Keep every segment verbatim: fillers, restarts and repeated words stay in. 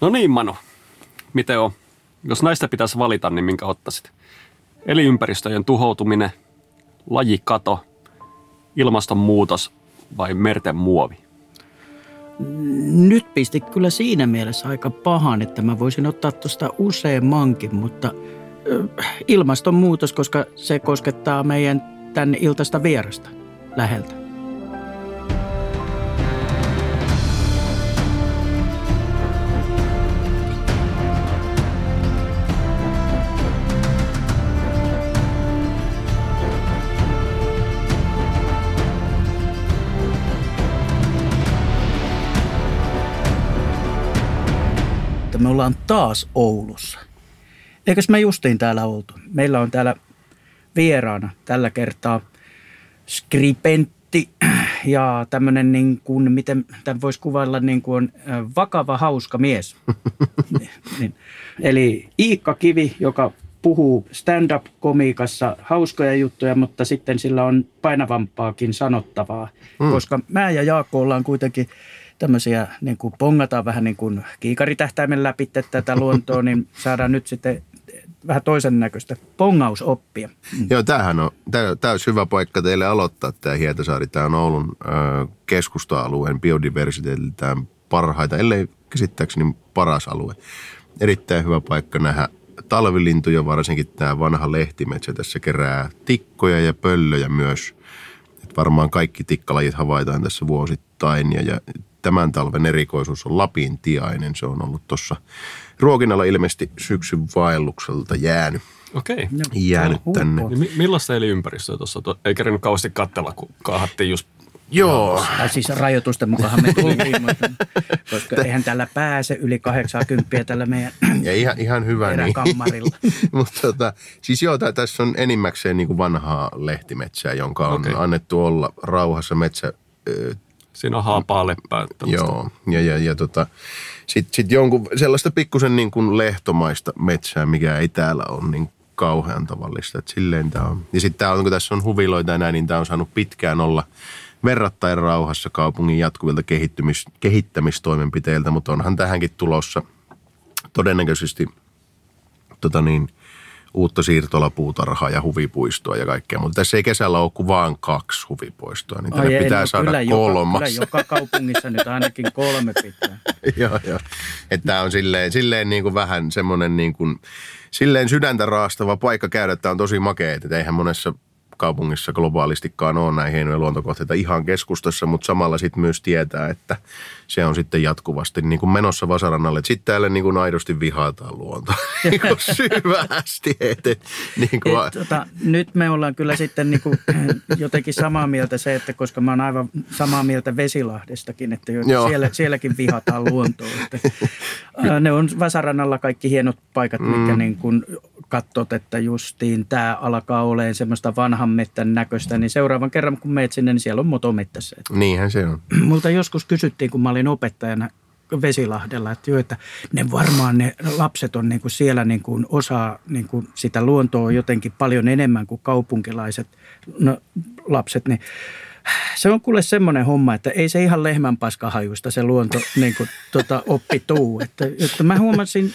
No niin, Manu. Miten on? Jos näistä pitäisi valita, niin minkä ottaisit? Elinympäristöjen tuhoutuminen, lajikato, ilmastonmuutos vai merten muovi? Nyt pisti kyllä siinä mielessä aika pahan, että mä voisin ottaa tuosta useammankin, mutta äh, ilmastonmuutos, koska se koskettaa meidän tänne iltaista vierasta läheltä. Me ollaan taas Oulussa. Eikös me justiin täällä oltu? Meillä on täällä vieraana tällä kertaa skribentti ja tämmöinen niin kuin, miten tämän voisi kuvailla, niin kuin vakava, hauska mies. niin. Eli Iikka Kivi, joka puhuu stand-up-komiikassa hauskoja juttuja, mutta sitten sillä on painavampaakin sanottavaa. Mm. Koska mä ja Jaakko ollaan kuitenkin tämmöisiä, niin kuin pongataan vähän niin kuin kiikaritähtäimen läpi tätä luontoa, niin saadaan nyt sitten vähän toisen näköistä pongausoppia. Mm. Joo, tämähän on täys hyvä paikka teille aloittaa tämä Hietasaari. Tämä on Oulun ö, keskusta-alueen biodiversiteetiltään parhaita, ellei käsittääkseni paras alue. Erittäin hyvä paikka nähdä talvilintuja, varsinkin tämä vanha lehtimetsä tässä kerää tikkoja ja pöllöjä myös. Et varmaan kaikki tikkalajit havaitaan tässä vuosittain ja, ja tämän talven erikoisuus on lapintiainen. Se on ollut tuossa ruokinnalla ilmeisesti syksyn vaellukselta jäänyt. Okei. Jäänyt tänne. Niin millaista elinympäristöä tuossa? Ei kerinyt kauheasti katsella, kun kaahattiin just. Joo. Tai siis rajoitusten mukaan me tultiin, mutta koska eihän täällä pääse yli kahdeksankymmentä tällä meidän ja ihan, ihan hyvä eräkammarilla. Niin. Mutta tota, siis joo, tässä on enimmäkseen niin kuin vanhaa lehtimetsää, jonka on okay. annettu olla rauhassa metsä. Siinä on haapaa leppää. Joo, ja, ja, ja tota, sitten sit jonkun sellaista pikkusen niin kuin lehtomaista metsää, mikä ei täällä ole niin kauhean tavallista. Et silleen tää on. Ja sitten on, kun tässä on huviloita ja näin, niin tämä on saanut pitkään olla verrattain rauhassa kaupungin jatkuvilta kehittymis, kehittämistoimenpiteiltä, mutta onhan tähänkin tulossa todennäköisesti tota niin, uutta siirtolapuutarhaa ja huvipuistoa ja kaikkea. Mutta tässä ei kesällä ole kuin vaan kaksi huvipuistoa, niin tänne pitää no, saada kyllä kolmas. Joka, kyllä joka kaupungissa nyt ainakin kolme pitää. joo, joo. Että tämä on silleen, silleen niin kuin vähän semmoinen niin kuin, silleen sydäntä raastava paikka käydä, että tämä on tosi makea, että eihän monessa kaupungissa globaalistikaan ole näin hienoja luontokohteita ihan keskustassa, mutta samalla sitten myös tietää, että se on sitten jatkuvasti niin kuin menossa vasarannalle. Sitten täällä niin kuin aidosti vihataan luontoa niin kuin syvästi. Et, et, niin kuin... et, tota, nyt me ollaan kyllä sitten niin kuin jotenkin samaa mieltä se, että koska mä oon aivan samaa mieltä Vesilahdestakin, että siellä, sielläkin vihataan luontoa. Että, ää, ne on vasarannalla kaikki hienot paikat, mm. mitkä niin kuin katsot, että justiin tämä alkaa olemaan semmoista vanhan mettän näköistä, niin seuraavan kerran kun meet sinne, niin siellä on motomettässä. Niinhän se on. Multa joskus kysyttiin, kun mä olin opettajana Vesilahdella, että, jo, että ne varmaan ne lapset on niin kuin siellä niin kuin osaa niin kuin sitä luontoa jotenkin paljon enemmän kuin kaupunkilaiset no, lapset, niin se on kuule semmoinen homma, että ei se ihan lehmänpaskahajuista se luonto niin kuin, tota, oppi tuu. Että, että mä huomasin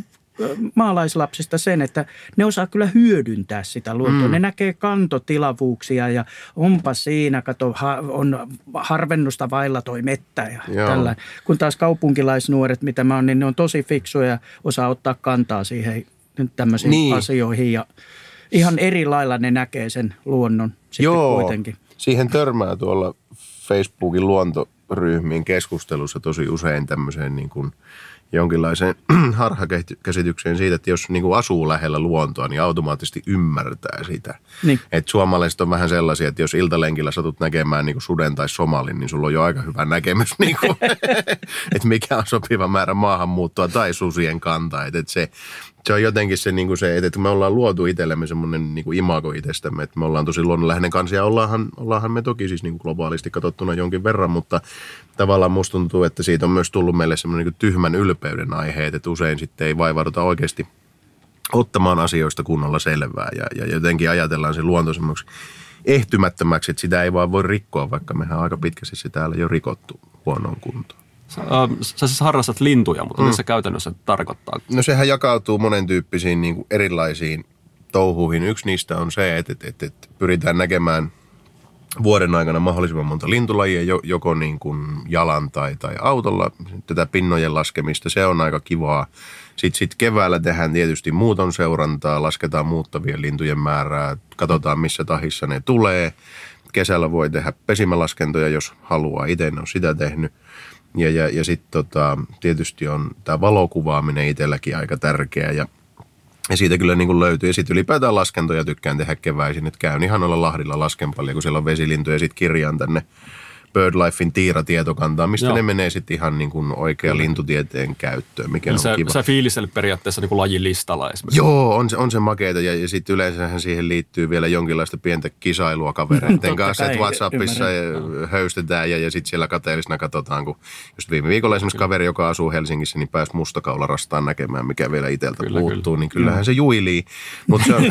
maalaislapsista sen, että ne osaa kyllä hyödyntää sitä luontoa. Mm. Ne näkee kantotilavuuksia ja onpa siinä, kato, ha, on harvennusta vailla toi mettä ja tällä. Kun taas kaupunkilaisnuoret, mitä mä oon, niin ne on tosi fiksuja ja osaa ottaa kantaa siihen tämmöisiin niin. asioihin ja ihan eri lailla ne näkee sen luonnon sitten Joo. kuitenkin. Siihen törmää tuolla Facebookin luontoryhmien keskustelussa tosi usein tämmöiseen niin kuin jonkinlaiseen harhakäsitykseen siitä, että jos niin kuin asuu lähellä luontoa, niin automaattisesti ymmärtää sitä. Niin. Että suomalaiset on vähän sellaisia, että jos iltalenkillä satut näkemään niin kuin suden tai somalin, niin sulla on jo aika hyvä näkemys, niin kuin, että mikä on sopiva määrä maahanmuuttoa tai susien kanta. Että se, se on jotenkin se, niin kuin se, että me ollaan luotu itsellemme semmoinen niin kuin imago itsestämme, että me ollaan tosi luonnonläheinen kanssa ja ollaanhan, ollaanhan me toki siis niin kuin globaalisti katsottuna jonkin verran, mutta tavallaan musta tuntuu, että siitä on myös tullut meille semmoinen niin kuin tyhmän ylpeyden aiheet, että usein sitten ei vaivauduta oikeasti ottamaan asioista kunnolla selvää ja, ja jotenkin ajatellaan se luonto semmoiksi ehtymättömäksi, että sitä ei vaan voi rikkoa, vaikka mehän aika pitkästi se täällä jo rikottu huonoon kuntoon. Sä, äh, sä siis harrastat lintuja, mutta mm. mitä se käytännössä tarkoittaa? No sehän jakautuu monen tyyppisiin niin kuin erilaisiin touhuihin. Yksi niistä on se, että, että, että, että pyritään näkemään vuoden aikana mahdollisimman monta lintulajia, joko niin kuin jalan tai, tai autolla. Tätä pinnojen laskemista, se on aika kivaa. Sitten sit keväällä tehdään tietysti muuton seurantaa, lasketaan muuttavien lintujen määrää, katsotaan missä tahissa ne tulee. Kesällä voi tehdä pesimälaskentoja, jos haluaa. Itse en ole sitä tehnyt. Ja, ja, ja sitten tota, tietysti on tämä valokuvaaminen itselläkin aika tärkeä ja, ja siitä kyllä niin kuin löytyy. Ja sitten ylipäätään laskentoja tykkään tehdä keväisin, että käyn ihan olla Lahdilla lasken paljon, kun siellä on vesilintuja ja sitten kirjaan tänne BirdLifein Tiira-tietokantaa, mistä Joo. ne menee sitten ihan niin kuin oikea lintutieteen käyttöön, mikä Eli on sä, kiva. Sä fiilistelet periaatteessa niin kuin lajilistalla esimerkiksi. Joo, on se, on se makeita ja, ja sitten yleensähän siihen liittyy vielä jonkinlaista pientä kisailua kavereiden kanssa, että WhatsAppissa ymmärrän. Höystetään ja, ja sitten siellä kateellisena katsotaan, kun just viime viikolla esimerkiksi kyllä. kaveri, joka asuu Helsingissä, niin pääsi mustakaularastaan näkemään, mikä vielä itseltä kyllä, puuttuu, kyllä. niin kyllähän mm. se juilii. Mutta se on,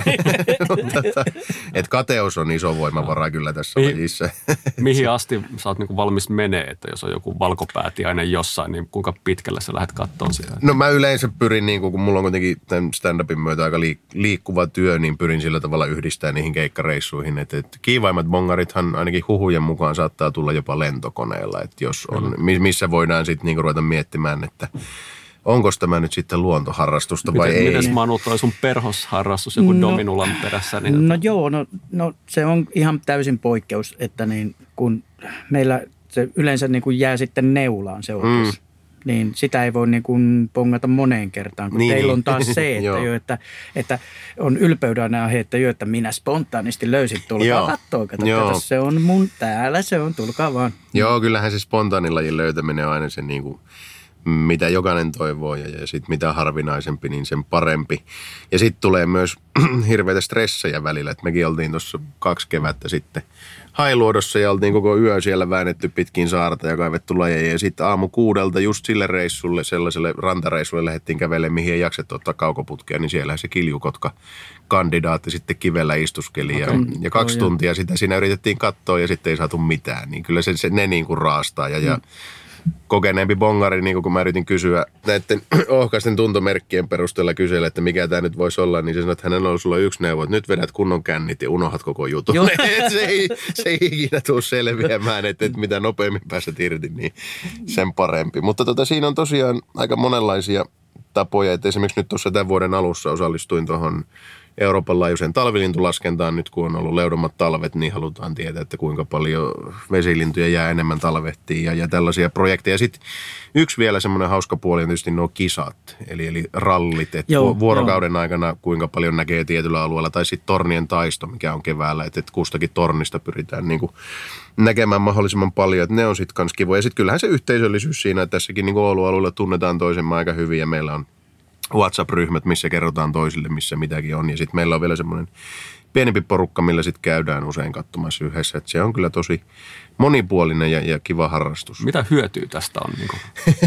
että kateus on iso voimavara kyllä tässä Mihin, lajissa. Mihin asti sä oot niinku valmis menee, että jos on joku valkopäätiainen jossain, niin kuinka pitkälle sä lähdet kattoon sitä? No mä yleensä pyrin, niin kun mulla on kuitenkin tämän stand-upin myötä aika liikkuva työ, niin pyrin sillä tavalla yhdistämään niihin keikkareissuihin. Että, että kiivaimmat bongarithan ainakin huhujen mukaan saattaa tulla jopa lentokoneella, että jos on, missä voidaan sitten niin ruveta miettimään, että onko tämä nyt sitten luontoharrastusta vai miten, ei? Mites Manu toi sun perhosharrastus, joku no, dominulan perässä? Niin no joo, no, no se on ihan täysin poikkeus, että niin kun meillä se yleensä niin kuin jää sitten neulaan se oikeus. Mm. Niin sitä ei voi niin kuin pongata moneen kertaan, kun niin, teillä on taas se, että, jo, että, että on ylpeyden aihe, että jo, että minä spontaanisti löysin, tulkaa katsoa, kato, kato, se on mun, täällä se on, tulkaa vaan. Joo, kyllähän se spontaanin lajin löytäminen on aina se niin kuin mitä jokainen toivoo ja, ja sitten mitä harvinaisempi, niin sen parempi. Ja sitten tulee myös hirveitä stressejä välillä, että mekin oltiin tuossa kaksi kevättä sitten Hailuodossa ja oltiin koko yö siellä väännetty pitkin saarta ja kaivettu lajeja. Ja sitten aamu kuudelta just sille reissulle, sellaiselle rantareissulle lähdettiin kävelemään, mihin ei jaksettu ottaa kaukoputkea, niin siellä se kiljukotka kandidaatti sitten kivellä istuskeli ja, okay. ja kaksi oh, tuntia sitä siinä yritettiin katsoa ja sitten ei saatu mitään. Niin kyllä se, se ne niin kuin raastaa ja, ja kokeneempi bongari, niin kun mä yritin kysyä näiden ohkaisten tuntomerkkien perusteella kysellä, että mikä tämä nyt voisi olla, niin se sanoi, että hänellä on sulla yksi neuvo, että nyt vedät kunnon kännit ja unohdat koko jutun. se, ei, se ei ikinä tule selviämään, että, että mitä nopeammin pääset irti, niin sen parempi. Mutta tota, siinä on tosiaan aika monenlaisia tapoja, että esimerkiksi nyt tuossa tämän vuoden alussa osallistuin tuohon Euroopan laajuisen talvilintulaskentaan. Nyt kun on ollut leudommat talvet, niin halutaan tietää, että kuinka paljon vesilintuja jää enemmän talvettiin ja, ja tällaisia projekteja. Sitten yksi vielä semmoinen hauska puoli on tietysti nuo kisat, eli, eli rallit, että joo, vuorokauden joo. aikana kuinka paljon näkee tietyllä alueella, tai sitten tornien taisto, mikä on keväällä, että, että kustakin tornista pyritään niin kuin näkemään mahdollisimman paljon, että ne on sitten kans kivoja. Ja sitten kyllähän se yhteisöllisyys siinä, että tässäkin niin kuin Oulu-alueella tunnetaan toisemme aika hyvin ja meillä on WhatsApp-ryhmät, missä kerrotaan toisille, missä mitäkin on. Ja sitten meillä on vielä semmoinen pienempi porukka, millä sitten käydään usein katsomassa yhdessä. Et se on kyllä tosi monipuolinen ja, ja kiva harrastus. Mitä hyötyä tästä on niin kuin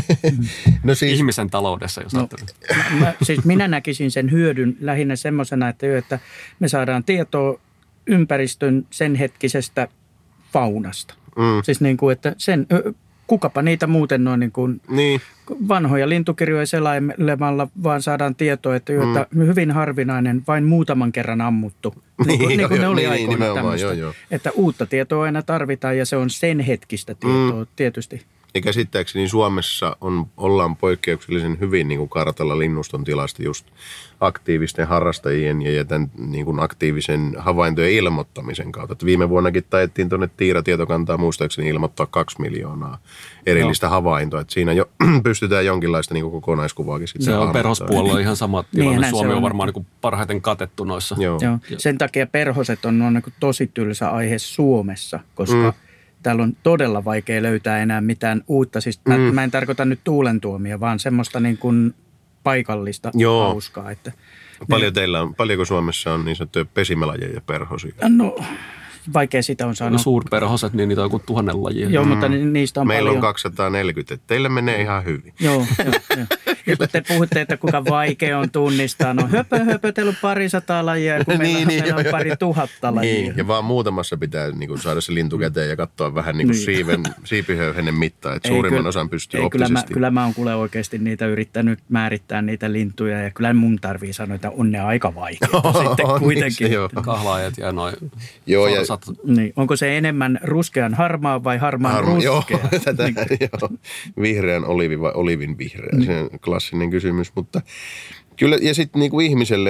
no siis, ihmisen taloudessa, jos no, mä, siis minä näkisin sen hyödyn lähinnä semmoisena, että, että me saadaan tietoa ympäristön sen hetkisestä faunasta. Mm. Siis niin kuin, että sen... Kukapa niitä muuten noin niin kuin niin. vanhoja lintukirjoja selailemalla vaan saadaan tietoa, että mm. hyvin harvinainen, vain muutaman kerran ammuttu. Niin, niin, niin kuin ne oli niin, aikoina tämmöistä. Jo, jo. Että uutta tietoa aina tarvitaan ja se on sen hetkistä tietoa mm. tietysti. Ja käsittääkseni Suomessa on, ollaan poikkeuksellisen hyvin niin kuin kartalla linnuston tilasta just aktiivisten harrastajien ja tämän niin kuin aktiivisen havaintojen ilmoittamisen kautta. Että viime vuonnakin taettiin tuonne Tiira-tietokantaa muistaakseni ilmoittaa kaksi miljoonaa erillistä no. havaintoa. Että siinä jo pystytään jonkinlaista niin kuin kokonaiskuvaakin sitten. Se on perhospuolella ihan sama tilanne. Niin, Suomi on, on varmaan niin kuin parhaiten katettu noissa. Joo. Joo. Sen takia perhoset on, on niin kuin tosi tylsä aihe Suomessa, koska mm. täällä on todella vaikea löytää enää mitään uutta. Siis mm. mä, mä en tarkoita nyt tuulentuomia, vaan semmoista niin kuin paikallista Joo. hauskaa. Että Paljon ne, teillä on, paljonko Suomessa on niin sanottuja pesimälajeja ja perhosia? No vaikea sitä on sanoa. Suurperhoset, niin niitä on joku tuhannen lajia. Joo, mm. mutta ni, niistä on Meillä paljon. on kaksisataaneljäkymmentä, että teille menee ihan hyvin. Joo, joo, joo. Ja kun te puhutte, että kuinka vaikea on tunnistaa, no höpö, höpö, teillä on pari sataa lajia, kun meillä, niin, meillä niin, on pari tuhatta lajia. Niin, ja vaan muutamassa pitää niin kuin, saada se lintu käteen ja katsoa vähän niin kuin, niin. siiven, siipihöyhenen mittaa, että ei, suurimman kyllä, osan pystyy ei, optisesti. Kyllä mä, kyllä mä oon kuule oikeasti niitä yrittänyt määrittää niitä lintuja, ja kyllä mun tarvii sanoa, että on ne aika vaikeita sitten kuitenkin. Kahlaajat ja noin joo, ja, niin, onko se enemmän ruskean harmaa vai harmaan Harma, ruskea? Joo, tätä, niin. joo. Vihreän olivi vai olivin vihreä, mm. se on klassinen kysymys. Mutta kyllä, ja sitten niinku ihmiselle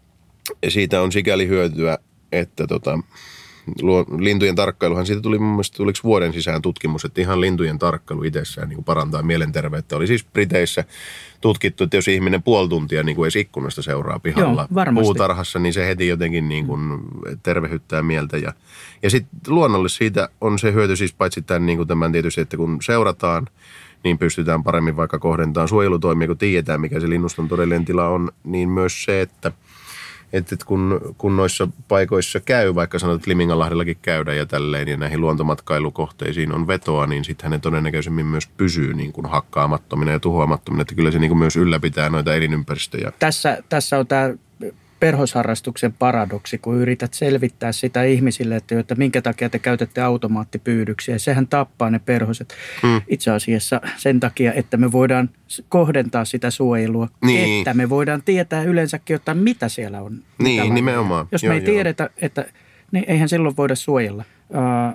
siitä on sikäli hyötyä, että tota, luo, lintujen tarkkailuhan, siitä tuli mun mielestä tuliko vuoden sisään tutkimus, että ihan lintujen tarkkailu itsessään niin kuin parantaa mielenterveyttä. Oli siis Briteissä tutkittu, että jos ihminen puoli tuntia niin kuin edes ikkunasta seuraa pihalla Joo, puutarhassa, niin se heti jotenkin niin kuin tervehyttää mieltä. Ja, ja sitten luonnollisesti siitä on se hyöty siis paitsi tämän, niin kuin tämän tietysti, että kun seurataan, niin pystytään paremmin vaikka kohdentamaan suojelutoimia, kun tiedetään, mikä se linnuston todellinen tila on, niin myös se, että Että kun, kun noissa paikoissa käy, vaikka sanot, että Liminganlahdellakin käydään ja tälleen, ja näihin luontomatkailukohteisiin on vetoa, niin sitten hänen todennäköisemmin myös pysyy niin kuin hakkaamattomina ja tuhoamattomina. Että kyllä se niin kuin myös ylläpitää noita elinympäristöjä. Tässä, tässä on tämä perhosharrastuksen paradoksi, kun yrität selvittää sitä ihmisille, että, että minkä takia te käytätte automaattipyydyksiä. Sehän tappaa ne perhoset hmm. itse asiassa sen takia, että me voidaan kohdentaa sitä suojelua, niin. että me voidaan tietää yleensäkin, että mitä siellä on. Niin, nimenomaan. Jos joo, me ei joo. tiedetä, että niin eihän silloin voida suojella. Uh,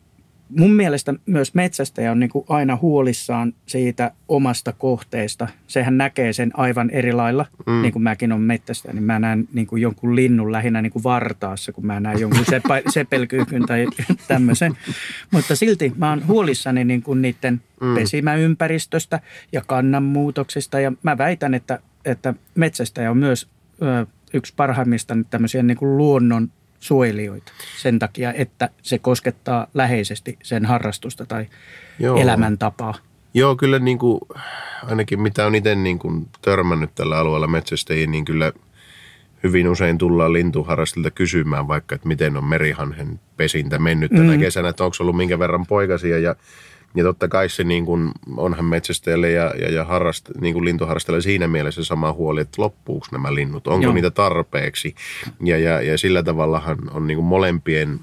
Mun mielestä myös metsästäjä on niin kuin aina huolissaan siitä omasta kohteesta. Sehän näkee sen aivan eri lailla, mm. niin kuin mäkin olen metsästäjä, niin mä näen niin kuin jonkun linnun lähinnä niin kuin vartaassa, kun mä näen jonkun sepä, sepelkyykyn tai tämmöisen. Mutta silti mä oon huolissani niin kuin niiden mm. pesimäympäristöstä ja kannanmuutoksista. Ja mä väitän, että, että metsästäjä on myös ö, yksi parhaimmista tämmöisiä niin kuin luonnon suojelijoita sen takia, että se koskettaa läheisesti sen harrastusta tai Joo. elämäntapaa. Joo, kyllä niin kuin, ainakin mitä on itse niin kuin törmännyt tällä alueella metsästäjiin, niin kyllä hyvin usein tullaan lintuharrastilta kysymään vaikka, että miten on merihanhen pesintä mennyt tänä mm. kesänä, että onko ollut minkä verran poikasia ja Ja totta kai se niin kuin onhan metsästäjälle ja, ja, ja harrast, niin kuin lintuharrastajalle siinä mielessä sama huoli, että loppuuko nämä linnut, onko Joo. niitä tarpeeksi. Ja, ja, ja sillä tavallahan on niin kuin molempien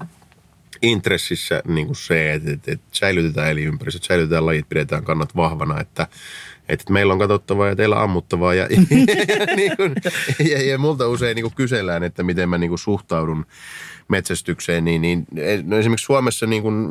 intressissä niin kuin se, että, että, että säilytetään elinympäristöt, säilytetään lajit, pidetään kannat vahvana, että, että meillä on katsottavaa ja teillä ammuttavaa. Ja, ja, niin kuin, ja, ja multa usein niin kuin kysellään, että miten mä niin kuin suhtaudun metsästykseen, niin, niin no esimerkiksi Suomessa niin kuin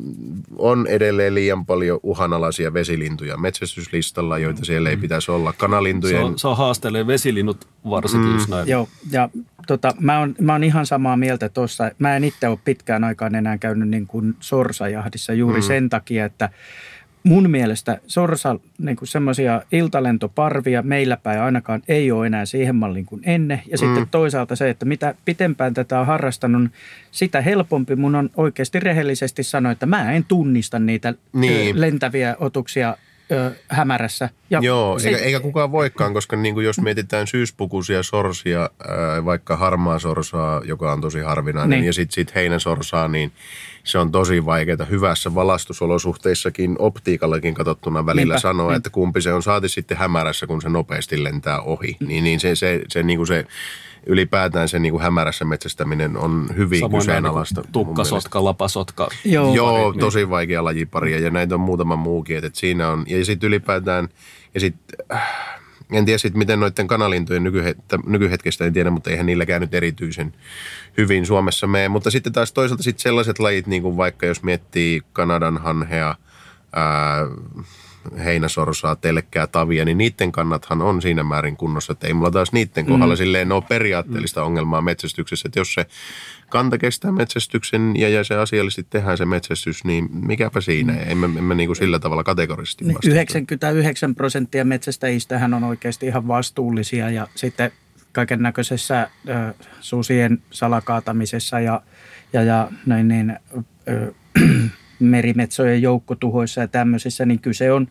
on edelleen liian paljon uhanalaisia vesilintuja metsästyslistalla, joita siellä ei pitäisi olla. Kanalintujen... Se on, se on haasteellinen vesilinnut varsinkin, mm. jos näin. Joo, ja tota, mä, oon, mä oon ihan samaa mieltä tuossa. Mä en itse ole pitkään aikaan enää käynyt niin kuin sorsajahdissa juuri mm. sen takia, että mun mielestä sorsa, niin kuin semmoisia iltalentoparvia meillä päin ainakaan ei ole enää siihen malliin kuin ennen. Ja mm. sitten toisaalta se, että mitä pitempään tätä on harrastanut, sitä helpompi mun on oikeasti rehellisesti sanoa, että mä en tunnista niitä niin. lentäviä otuksia ö, hämärässä. Ja Joo, se, eikä, eikä kukaan voikaan, koska niin kuin jos mietitään syyspukuisia sorsia, ää, vaikka harmaa sorsaa, joka on tosi harvinainen, niin. ja sitten sit heinäsorsaa, niin se on tosi vaikeaa hyvässä valastusolosuhteissakin optiikallakin katsottuna välillä Niinpä, sanoa, niin. että kumpi se on saati sitten hämärässä, kun se nopeasti lentää ohi. Niin, niin se, se, se, niin kuin se ylipäätään se niin kuin hämärässä metsästäminen on hyvin Samoin kyseenalaista. Niin tukkasotka, lapasotka. Joo, Joo pari, tosi niin. vaikea lajiparia ja näitä on muutama muukin, että siinä on. Ja sitten ylipäätään, ja sitten en tiedä sitten miten noiden kanalintujen nykyhet- nykyhetkestä en tiedä, mutta eihän niilläkään nyt erityisen hyvin Suomessa mene. Mutta sitten taas toisaalta sitten sellaiset lajit, niin kuin vaikka jos miettii Kanadan hanhea, ää, heinäsorsaa, telkkää, tavia, niin niiden kannathan on siinä määrin kunnossa, että ei mulla taas niiden kohdalla mm. silleen ole periaatteellista mm. ongelmaa metsästyksessä, että jos se kanta kestää metsästyksen ja, ja se asiallisesti tehdään se metsästys, niin mikäpä siinä, mm. emme, emme niin kuin sillä tavalla kategorisesti vastata. yhdeksänkymmentäyhdeksän prosenttia metsästäjistähän on oikeasti ihan vastuullisia ja sitten kaiken näköisessä äh, susien salakaatamisessa ja, ja, ja näin niin, äh, merimetsojen joukkotuhoissa ja tämmöisissä, niin kyse on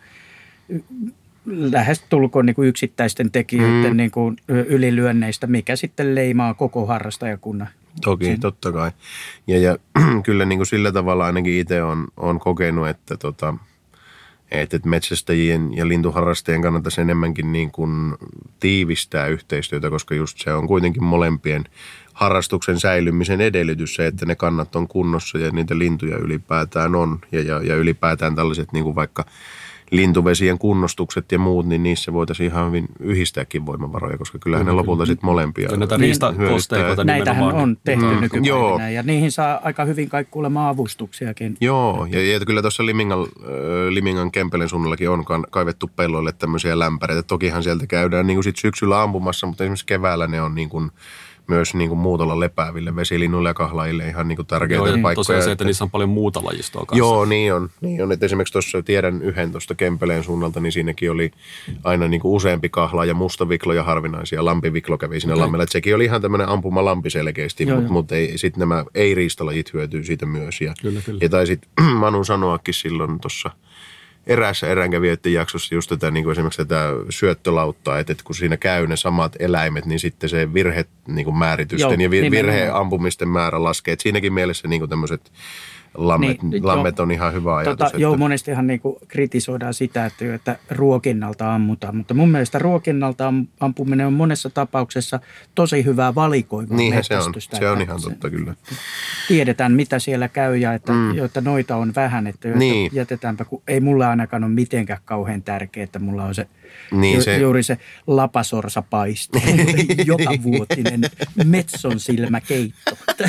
lähes tulkoon niin kuin yksittäisten tekijöiden mm. niin kuin ylilyönneistä, mikä sitten leimaa koko harrastajakunnan. Toki, Siin. totta kai. Ja, ja kyllä niin kuin sillä tavalla ainakin itse on, on kokenut, että, tota, että metsästäjien ja lintuharrastajien kannattaisi enemmänkin niin kuin tiivistää yhteistyötä, koska just se on kuitenkin molempien harrastuksen säilymisen edellytys se, että ne kannat on kunnossa ja niitä lintuja ylipäätään on. Ja, ja, ja ylipäätään tällaiset niin kuin vaikka lintuvesien kunnostukset ja muut, niin niissä voitaisiin ihan hyvin yhdistääkin voimavaroja, koska kyllähän ne lopulta sitten molempia. Ja näitä riistakosteikoita näitähän on tehty mm. nykypäivänä ja niihin saa aika hyvin kai kuulemma avustuksiakin. Joo, ja, ja kyllä tuossa Limingan, äh, Limingan Kempelen suunnallakin on kaivettu pelloille tämmöisiä lämpäreitä. Tokihan sieltä käydään niin kuin sit syksyllä ampumassa, mutta esimerkiksi keväällä ne on niin kuin myös niin kuin muutolla lepääville vesilinnuille ja kahlaajille ihan niin kuin tärkeitä Joo, paikkoja. Tosiaan se, että niissä on paljon muuta lajistoa kanssa. Joo, niin on. Niin on. Että esimerkiksi tuossa tiedän yhden tuosta Kempeleen suunnalta, niin siinäkin oli aina niin kuin useampi kahla ja mustaviklo ja harvinaisia. Lampiviklo kävi siinä okay. lammella. Että sekin oli ihan tämmöinen ampumalampi selkeästi, mutta mut sitten nämä ei-riistalajit hyötyy siitä myös. Ja, kyllä, kyllä. ja taisit Manu sanoakin silloin tuossa eräässä eräänkävijöiden jaksossa just tätä niin kuin esimerkiksi tätä syöttölauttaa, että, että kun siinä käy ne samat eläimet, niin sitten se virhe niin kuin määritysten Joo, ja virheampumisten määrä laskee. Että siinäkin mielessä niin kuin tämmöiset lammet, niin, lammet on ihan hyvä ajatus. Tota, että... Joo, monestihan niin kuin kritisoidaan sitä, että, että ruokinnalta ammutaan, mutta mun mielestä ruokinnalta ampuminen on monessa tapauksessa tosi hyvää valikoivaa Niinhän se on, se on ihan totta kyllä. Tiedetään, mitä siellä käy ja että, mm. joita noita on vähän, että niin. jätetäänpä, kun ei mulla ainakaan ole mitenkään kauhean tärkeää, että mulla on se, niin, ju, se... juuri se lapasorsapaiste, joka vuotinen Metson silmäkeitto.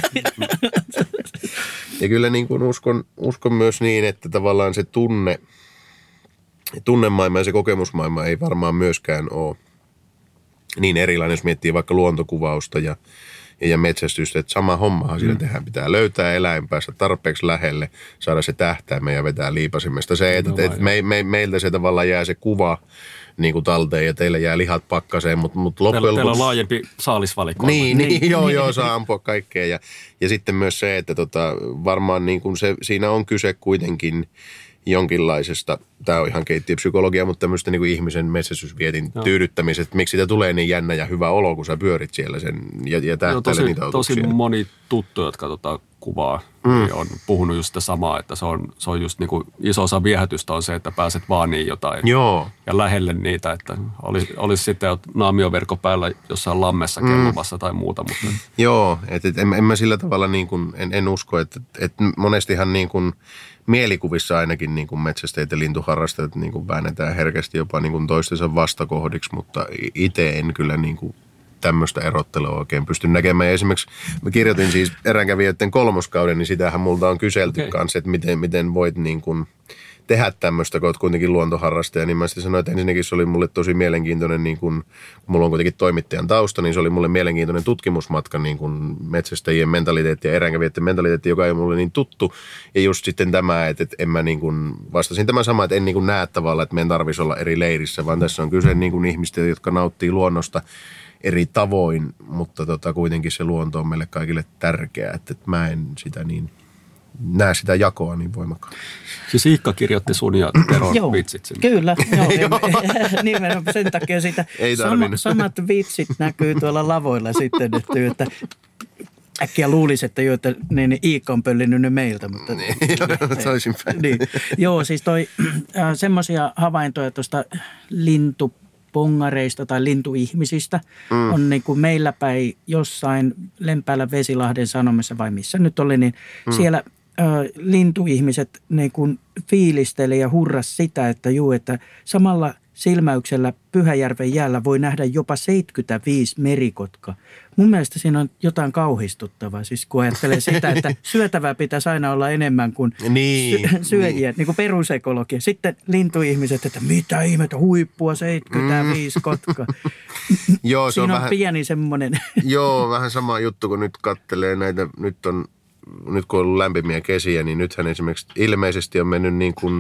Ja kyllä niin kuin uskon, uskon myös niin, että tavallaan se tunne, tunnemaailma ja se kokemusmaailma ei varmaan myöskään ole niin erilainen, jos miettii vaikka luontokuvausta ja, ja metsästystä, että sama hommahan siinä mm. tehdään. Pitää löytää eläin, päästä tarpeeksi lähelle, saada se tähtäimä ja vetää liipasimesta. Se, että no, et, et me, me, meiltä se tavallaan jää se kuva niin kuin talteen ja teillä jää lihat pakkaseen, mutta mut loppujen lopuksi... Teillä on laajempi saalisvalikoima. Niin, niin, niin, joo, joo, saa ampua kaikkea. Ja, ja sitten myös se, että tota, varmaan niin kuin se, siinä on kyse kuitenkin jonkinlaisesta, tämä on ihan keittiöpsykologia, mutta tämmöistä niin kuin ihmisen metsästysvietin joo. tyydyttämisestä. Miksi siitä tulee niin jännä ja hyvä olo, kun sä pyörit siellä sen ja, ja tähtäillä niitä otuksia. Tosi moni tuttu, jotka tota, kuvaa, mm. niin on puhunut just sitä samaa, että se on, se on just niin kuin iso osa viehätystä on se, että pääset vaan niin jotain joo. ja lähelle niitä, että olisi, olisi sitten naamioverkko päällä jossain lammessa kellumassa mm. tai muuta. Mutta... Joo, että et, en, en mä sillä tavalla niin kuin, en, en usko, että et monestihan niin kuin mielikuvissa ainakin niin kuin metsästäjät ja lintuharrastajat niin kuin väännetään herkästi jopa niin kuin toistensa vastakohdiksi, mutta itse en kyllä niin kuin tämmöistä erottelua oikein pysty näkemään. Ja esimerkiksi mä kirjoitin siis eränkävijöiden kolmoskauden, niin sitähän multa on kyselty okay. kanssa, että miten, miten voit niin kuin tehdä tämmöistä, kun olet kuitenkin luontoharrastaja, niin mä sitten sanoin, että ensinnäkin se oli mulle tosi mielenkiintoinen, niin kun, kun mulla on kuitenkin toimittajan tausta, niin se oli mulle mielenkiintoinen tutkimusmatka niin kun metsästäjien mentaliteetti ja eränkävijöiden mentaliteetti, joka ei mulle niin tuttu. Ja just sitten tämä, että, että en mä niin kun, vastasin tämän sama, että en niin kun näe tavallaan, että meidän tarvitsisi olla eri leirissä, vaan tässä on kyse niin kun ihmistä, jotka nauttii luonnosta eri tavoin, mutta tota, kuitenkin se luonto on meille kaikille tärkeää, että, että mä en sitä niin... näe sitä jakoa niin voimakkaan. Siis Iikka kirjoitti sun ja Teron vitsit sinne. Kyllä, joo, nimenomaan sen takia sitä sama, samat vitsit näkyy tuolla lavoilla sitten, että, että äkkiä luulisi, että, jo, että niin, niin Iikka on pöllinyt ne meiltä, mutta... Niin, toisinpäin. Niin. Joo, siis toi äh, semmoisia havaintoja tuosta lintu pongareista tai lintuihmisistä mm. on niin kuin meillä päin jossain Lempäälän Vesilahden Sanomissa vai missä nyt oli, niin mm. siellä ö, lintuihmiset niin kuin fiilisteli ja hurras sitä, että juu, että samalla silmäyksellä Pyhäjärven jäällä voi nähdä jopa seitsemänkymmentäviisi merikotka. Mun mielestä siinä on jotain kauhistuttavaa, siis kun ajattelee sitä, että syötävää pitäisi aina olla enemmän kuin niin, sy- syöjiä, niin. niin kuin perusekologia. Sitten lintuihmiset, että mitä ihmettä, huippua, seitsemänkymmentäviisi mm. kotka. Joo, se siinä on, on vähän, pieni semmoinen. Joo, vähän sama juttu, kun nyt kattelee näitä, nyt on, nyt kun on ollut lämpimiä kesiä, niin nythän esimerkiksi ilmeisesti on mennyt niin kuin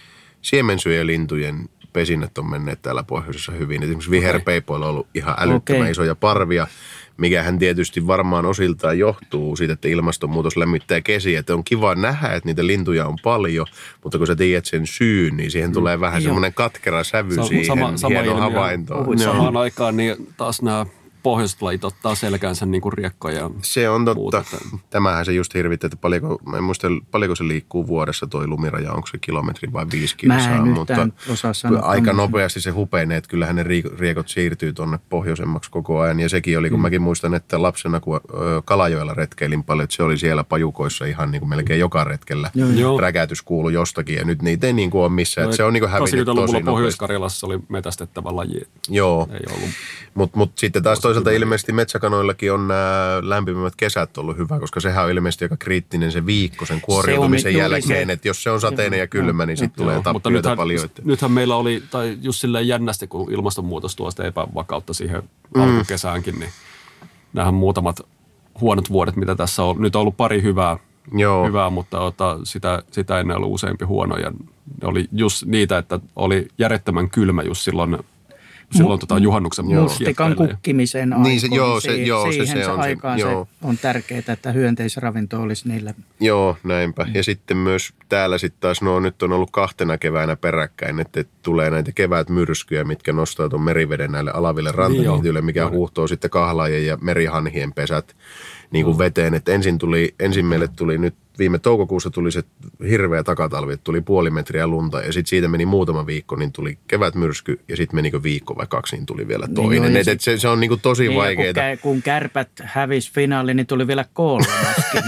siemensyöjälintujen pesinnät on menneet täällä pohjoisessa hyvin. Esimerkiksi viherpeipoilla on ollut ihan älyttömän okay. isoja parvia, mikähän tietysti varmaan osiltaan johtuu siitä, että ilmastonmuutos lämmittää kesiä. Että on kiva nähdä, että niitä lintuja on paljon, mutta kun sä tiedät sen syyn, niin siihen tulee vähän mm. semmoinen katkera sävy sama, siihen sama, sama hieno havaintoon. Samaan aikaan niin taas nämä pohjoiset lajit ottaa selkäänsä niin kuin riekkoja ja Se on totta. muuta. Tämähän se just hirvittää, että paljonko, mä en muista, paljonko se liikkuu vuodessa toi lumiraja, onko se kilometri vai viisi kilsaa. Mä en mutta yhtään osaa sanoa. aika nopeasti se hupenee, että kyllähän ne riekot siirtyy tuonne pohjoisemmaksi koko ajan. Ja sekin oli, kun mm. mäkin muistan, että lapsena kun Kalajoella retkeilin paljon, että se oli siellä pajukoissa ihan niin kuin melkein joka retkellä. Joo. Räkätys kuului jostakin ja nyt niitä ei niin kuin ole missään. Että se on niin kuin hävinnyt tosi nopeasti. Pohjois-Karjalassa oli metästettävä laji. Joo, ei ollut. mutta mut sitten taas toisaalta ilmeisesti metsäkanoillakin on nämä lämpimät kesät ollut hyvä, koska sehän on ilmeisesti aika kriittinen se viikko sen kuoriutumisen jälkeen, että jos se on sateinen ja kylmä, niin sitten tulee tappioita nythän, paljon. Nythän meillä oli, tai just silleen jännästi, kun ilmastonmuutos tuo sitä epävakautta siihen mm. alkukesäänkin, niin nämähän muutamat huonot vuodet, mitä tässä on. Nyt on ollut pari hyvää, Joo. hyvää mutta ota, sitä, sitä ennen ollut useampi huono. Ja ne oli just niitä, että oli järjettömän kylmä just silloin, silloin tota juhannuksen mustikan kukkimisen aikoihin. Niin se, joo, se, joo, siihen se, se on aikaan se, se joo. on tärkeää, että hyönteisravinto olisi niille. Joo, näinpä. Ja sitten myös täällä sitten taas, no nyt on ollut kahtena keväänä peräkkäin, että tulee näitä kevätmyrskyjä, mitkä nostaa tuon meriveden näille alaville rantaniityille, niin mikä huuhtoo sitten kahlaajien ja merihanhien pesät niin kuin veteen. Että ensin tuli, ensin meille tuli nyt viime toukokuussa tuli se hirveä takatalvi, että tuli puoli metriä lunta ja sitten siitä meni muutama viikko, niin tuli kevätmyrsky ja sitten menikö viikko vai kaksi, niin tuli vielä toinen. Niin, et, et se, se on niinku tosi niin, vaikeaa. Kun, kun Kärpät hävisi finaali, niin tuli vielä kolmaskin.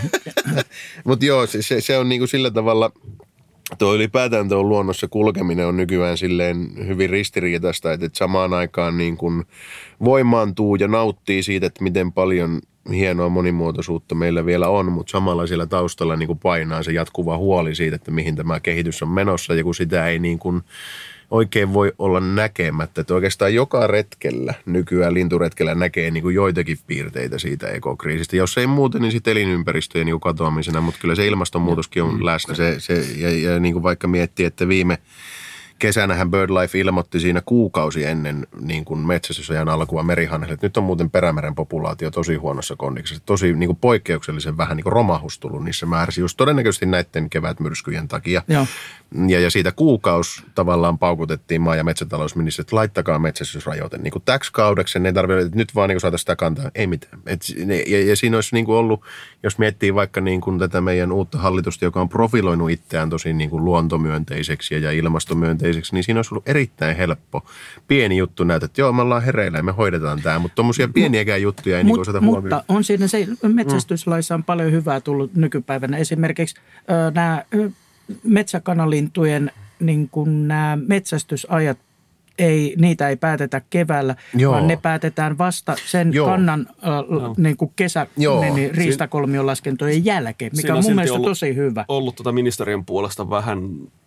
Mutta joo, se, se on niinku sillä tavalla, tuo ylipäätään tuo luonnossa kulkeminen on nykyään silleen hyvin ristiriitaista, että et samaan aikaan niin kun voimaantuu ja nauttii siitä, että miten paljon hienoa monimuotoisuutta meillä vielä on, mutta samalla siellä taustalla niin kuin painaa se jatkuva huoli siitä, että mihin tämä kehitys on menossa ja kun sitä ei niin kuin oikein voi olla näkemättä. Että oikeastaan joka retkellä, nykyään linturetkellä näkee niin kuin joitakin piirteitä siitä ekokriisistä. Jos ei muuten, niin sitten elinympäristöjen niin kuin katoamisena, mutta kyllä se ilmastonmuutoskin on läsnä. Se, se, ja ja niin kuin vaikka miettii, että viime kesänähän BirdLife ilmoitti siinä kuukausi ennen niin kuin metsästysajan alkua merihanhelle, että nyt on muuten perämeren populaatio tosi huonossa kondiksessa. Tosi niin kuin poikkeuksellisen vähän niin kuin romahus tullut niissä määrissä, just todennäköisesti näiden kevätmyrskyjen takia. Joo. Ja, ja siitä kuukausi tavallaan paukutettiin maa- ja metsätalousministeri, että laittakaa metsästysrajoite. Niin kuin täksi kaudeksi ne ei tarvitse, että nyt vaan niin saada sitä kantaa. Ei mitään. Et, ja, ja siinä olisi niin kuin ollut, jos miettii vaikka niin kuin tätä meidän uutta hallitusta, joka on profiloinut itseään tosi niin kuin luontomyönteiseksi ja, ja ilmastomyönteiseksi, niin siinä olisi ollut erittäin helppo. Pieni juttu näytä, että joo, me ollaan hereillä ja me hoidetaan tämä, mutta tuommoisia pieniäkään juttuja ei Mut, niin osata huomioida. Mutta on siinä se, metsästyslaissa on paljon hyvää tullut nykypäivänä. Esimerkiksi ö, nämä ö, metsäkanalintujen niin kuin nämä metsästysajat, ei, niitä ei päätetä keväällä, Joo. vaan ne päätetään vasta sen Joo. kannan äh, niin kuin kesä, niin, riistakolmion laskentojen jälkeen, mikä on mun mielestä ollut, tosi hyvä. ollut tuota ministeriön puolesta vähän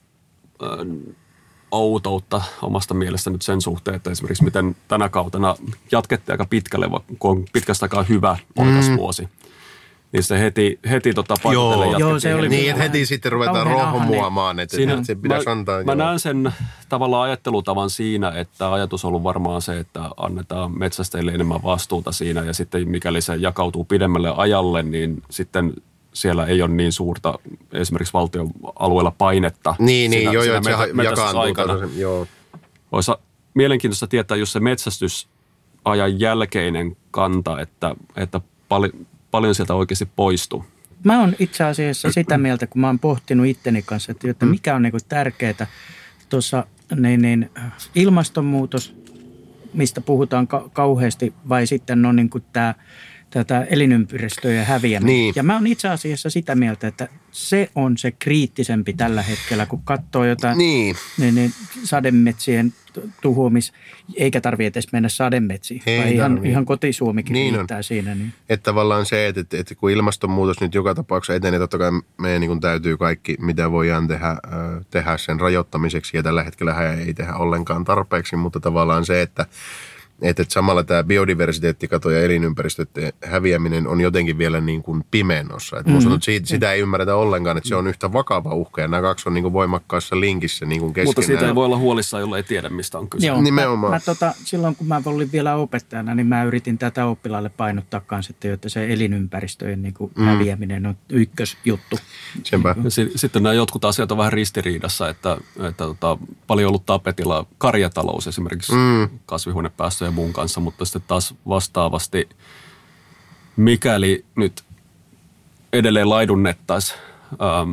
äh, outoutta omasta mielestä nyt sen suhteen, että esimerkiksi miten tänä kautena jatkettiin aika pitkälle, kun on pitkästä aikaa hyvä poikasvuosi. Mm. Niin se heti, heti tota paikotelle jatkettiin. Joo, se oli niin, että heti sitten ruvetaan rohmuamaan, että siinä, se pitäisi mä, antaa. Mä joo. näen sen tavallaan ajattelutavan siinä, että ajatus on ollut varmaan se, että annetaan metsästäjille enemmän vastuuta siinä ja sitten mikäli se jakautuu pidemmälle ajalle, niin sitten siellä ei ole niin suurta esimerkiksi valtion alueella painetta. Niin, siinä, niin joo, joo, siinä se jakaantuu. Joo. Olisi mielenkiintoista tietää just se metsästysajan jälkeinen kanta, että, että pal- paljon sieltä oikeasti poistuu. Mä oon itse asiassa sitä mieltä, kun mä oon pohtinut itteni kanssa, että, että mikä on niinku tärkeää tuossa niin, niin, ilmastonmuutos, mistä puhutaan ka- kauheasti, vai sitten on niinku tämä tätä elinympäristöjen häviäminen. Niin. Ja mä oon itse asiassa sitä mieltä, että se on se kriittisempi tällä hetkellä, kun katsoo jotain niin. Niin, niin sademetsien tuhoamis, eikä tarvitse edes mennä sademetsiin, Ei vaan ihan, tarvii. ihan kotisuomikin niin riittää siinä. Niin. Että tavallaan se, että, että, että kun ilmastonmuutos nyt joka tapauksessa etenee, totta kai meidän niin täytyy kaikki, mitä voidaan tehdä, tehdä sen rajoittamiseksi, ja tällä hetkellä ei tehdä ollenkaan tarpeeksi, mutta tavallaan se, että Että et samalla tämä biodiversiteettikato ja elinympäristöiden häviäminen on jotenkin vielä niin kuin pimennossa. Että mm-hmm. siitä, sitä ei ymmärretä ollenkaan, että se on yhtä vakava uhka ja nämä kaksi on niin kuin voimakkaassa linkissä niin kuin keskenään. Mutta siitä ei voi olla huolissaan, jolla ei tiedä, mistä on kyse. Joo, nimenomaan. Mä, mä tota, silloin kun mä olin vielä opettajana, niin mä yritin tätä oppilaalle painottaa kanssa, että se elinympäristöjen niin kuin mm. häviäminen on ykkösjuttu. Senpä. Sitten nämä jotkut asiat on vähän ristiriidassa, että, että tota, paljon ollut tapetilla karjatalous esimerkiksi mm. kasvihuonepäästöjä ja muun kanssa, mutta sitten taas vastaavasti, mikäli nyt edelleen laidunnettaisiin ähm,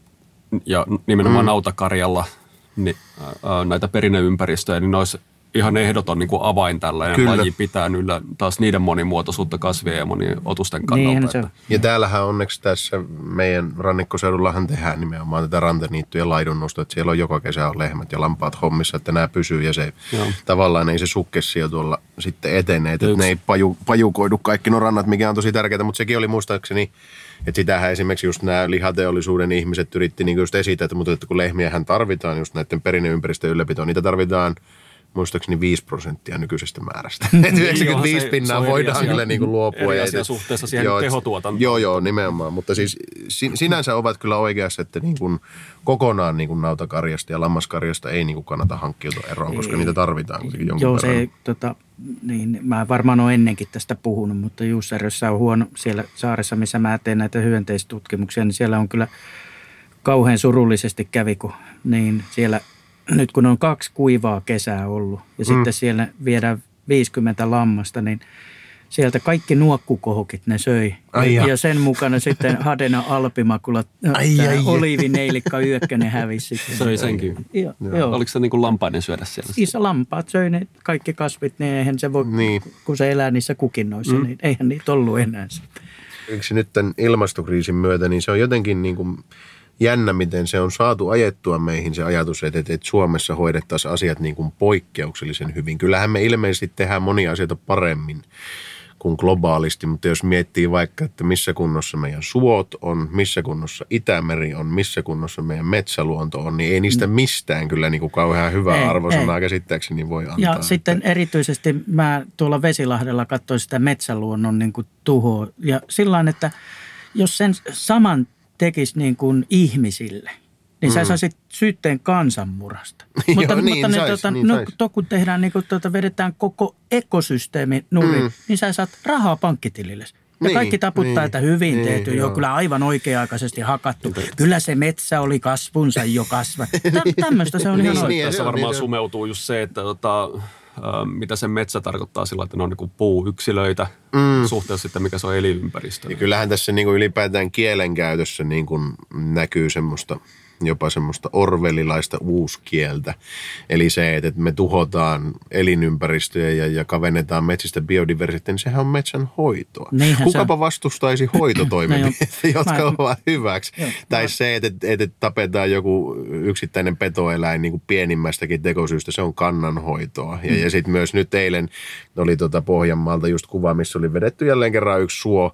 ja nimenomaan mm. nautakarjalla niin, äh, näitä perinneympäristöjä, niin ne olisi ihan ehdoton niin kuin avain tällainen Kyllä. laji pitää yllä taas niiden monimuotoisuutta kasvien ja moniotusten kannalta. Niin, ja täällähän onneksi tässä meidän rannikkoseudullahan tehdään nimenomaan tätä rantaniittyjen laidunnusta, että siellä on joka kesä on lehmät ja lampaat hommissa, että nämä pysyy ja se Joo. tavallaan ei se sukkessio tuolla sitten etene, että ne ei paju, pajukoidu kaikki no rannat, mikä on tosi tärkeää, mutta sekin oli muistaakseni, että sitähän esimerkiksi just nämä lihateollisuuden ihmiset yritti niin just esittää, että, mutta että kun lehmiähän tarvitaan just näiden perinneympäristön ylläpitoon, niitä tarvitaan muistaakseni viisi prosenttia nykyisestä määrästä. yhdeksänkymmentäviisi pinnaa voidaan asia, kyllä niin kuin luopua. Eri asia suhteessa siihen joo, tehotuotantoon. Joo, joo, nimenomaan. Mutta siis sinänsä ovat kyllä oikeassa, että niin kuin kokonaan niin kuin nautakarjasta ja lammaskarjasta ei niin kuin kannata hankkiutua eroon, koska niitä tarvitaan jonkun Joo, verran. se, tota, niin, mä varmaan olen ennenkin tästä puhunut, mutta Jussarjossa on huono siellä saaressa, missä mä teen näitä hyönteistutkimuksia, niin siellä on kyllä kauhean surullisesti kävi, kun niin siellä nyt kun on kaksi kuivaa kesää ollut ja mm. sitten siellä viedään viisikymmentä lammasta, niin sieltä kaikki nuokkukohokit ne söi. Ai ja, ja. ja sen mukana sitten Hadena alpimakula, oliivineilikka Yökkönen hävisi sitten. Söi senkin. Joo, joo. Oliko se niin kuin lampainen syödä siellä? Siis lampaat söi ne kaikki kasvit, niin eihän se voi, niin. kun se elää niissä kukinnoissa, mm. niin eihän niitä ollut enää sitten. Yksi nyt tämän ilmastokriisin myötä, niin se on jotenkin niin kuin jännä, miten se on saatu ajettua meihin se ajatus, että, että Suomessa hoidettaisiin asiat niin kuin poikkeuksellisen hyvin. Kyllähän me ilmeisesti tehdään monia asioita paremmin kuin globaalisti, mutta jos miettii vaikka, että missä kunnossa meidän suot on, missä kunnossa Itämeri on, missä kunnossa meidän metsäluonto on, niin ei niistä mistään kyllä niin kuin kauhean hyvää arvosanaa käsittääkseni voi antaa. Ja että sitten erityisesti mä tuolla Vesilahdella katsoin sitä metsäluonnon niin kuin tuhoa ja sillain, että jos sen saman tekisi niin kuin ihmisille, niin sä mm. saisit syytteen kansanmurasta. mutta Joo, mutta niin ne, sais, tuota, niin no, sais. to, kun tehdään, niin kun tuota, vedetään koko ekosysteemi nurin, mm. niin sä saat rahaa pankkitilille. Ja niin, kaikki taputtaa, niin, että hyvin niin, tehty, jo kyllä aivan oikea-aikaisesti hakattu. Niin. Kyllä se metsä oli kasvunsa jo kasva. Tä, tämmöistä se on ihan niin, oikein. Tässä varmaan niin, sumeutuu just se, että tota, mitä se metsä tarkoittaa sillä, että ne on niin puuyksilöitä Mm. suhteessa sitten, mikä se on elinympäristö. Ja kyllähän tässä niin kuin ylipäätään kielenkäytössä niin kuin näkyy semmoista, jopa semmoista orwellilaista uuskieltä. Eli se, että me tuhotaan elinympäristöjä ja, ja kavennetaan metsistä biodiversiteettiä, niin sehän on metsän hoitoa. Niinhän Kukapa on. vastustaisi hoitotoimenpiteitä, no jotka mä, ovat hyväksi. Jo, tai mä, se, että, että, että tapetaan joku yksittäinen petoeläin niin kuin pienimmästäkin tekosyystä, se on kannanhoitoa. Ja, mm. ja sitten myös nyt eilen oli tuota Pohjanmaalta just kuva, missä oli vedetty jälleen kerran yksi suo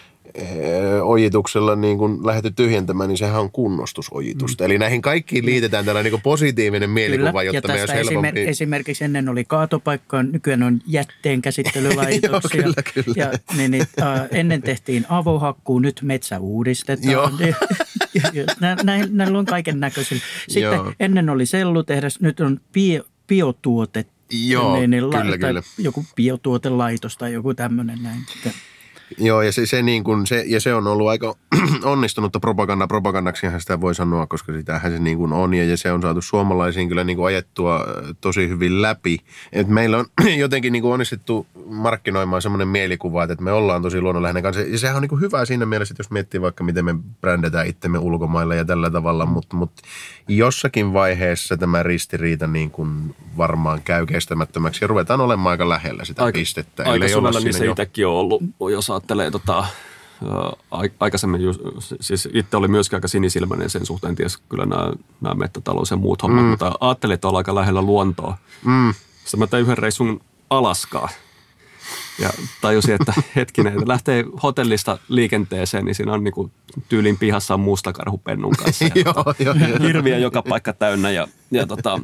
ojituksella niin kun lähdetty tyhjentämään, niin sehän on kunnostusojitusta. Mm. Eli näihin kaikkiin liitetään tällainen niin positiivinen mielikuva, Kyllä. jotta me olisi helpompi. Esimer- esimerkiksi ennen oli kaatopaikka, nykyään on jätteenkäsittelylaitoksia. Joo, kyllä, kyllä. Ja, niin, niin, äh, ennen tehtiin avohakkuu, nyt metsä uudistetaan. Näillä näin on kaiken näköisillä. Sitten Joo. ennen oli sellutehdas, nyt on bio, biotuote. Joo, niin, niin, kyllä, la, kyllä. Joku biotuotelaitos tai joku tämmöinen näin. Joo, ja se, se, niin kuin, se, ja se on ollut aika onnistunutta propaganda, propagandaksihan sitä voi sanoa, koska sitähän se niin kuin on, ja, ja se on saatu suomalaisiin kyllä niin kuin ajettua tosi hyvin läpi. Et meillä on jotenkin niin kuin onnistuttu markkinoimaan semmoinen mielikuva, että me ollaan tosi luonnonläheinen kanssa, ja sehän on niin kuin hyvä siinä mielessä, että jos miettii vaikka, miten me brändätään itsemme ulkomailla ja tällä tavalla, mutta, mutta jossakin vaiheessa tämä ristiriita niin kuin varmaan käy kestämättömäksi, ja ruvetaan olemaan aika lähellä sitä aika, pistettä. Aika syvällä niissä itsekin on ollut, jos ajattelee tota, aikaisemmin, siis itse oli myöskin aika sinisilmäinen sen suhteen, ties kyllä nämä, nämä mettätalous ja muut hommat, mm. mutta ajattelin, että ollaan aika lähellä luontoa. Mm. Sitten mä tein yhden reissun Alaskaa ja tajusin, että hetkinen, että lähtee hotellista liikenteeseen, niin siinä on niinku tyylin pihassa on mustakarhu pennun kanssa. Ja hirviä joka paikka täynnä ja, ja tota,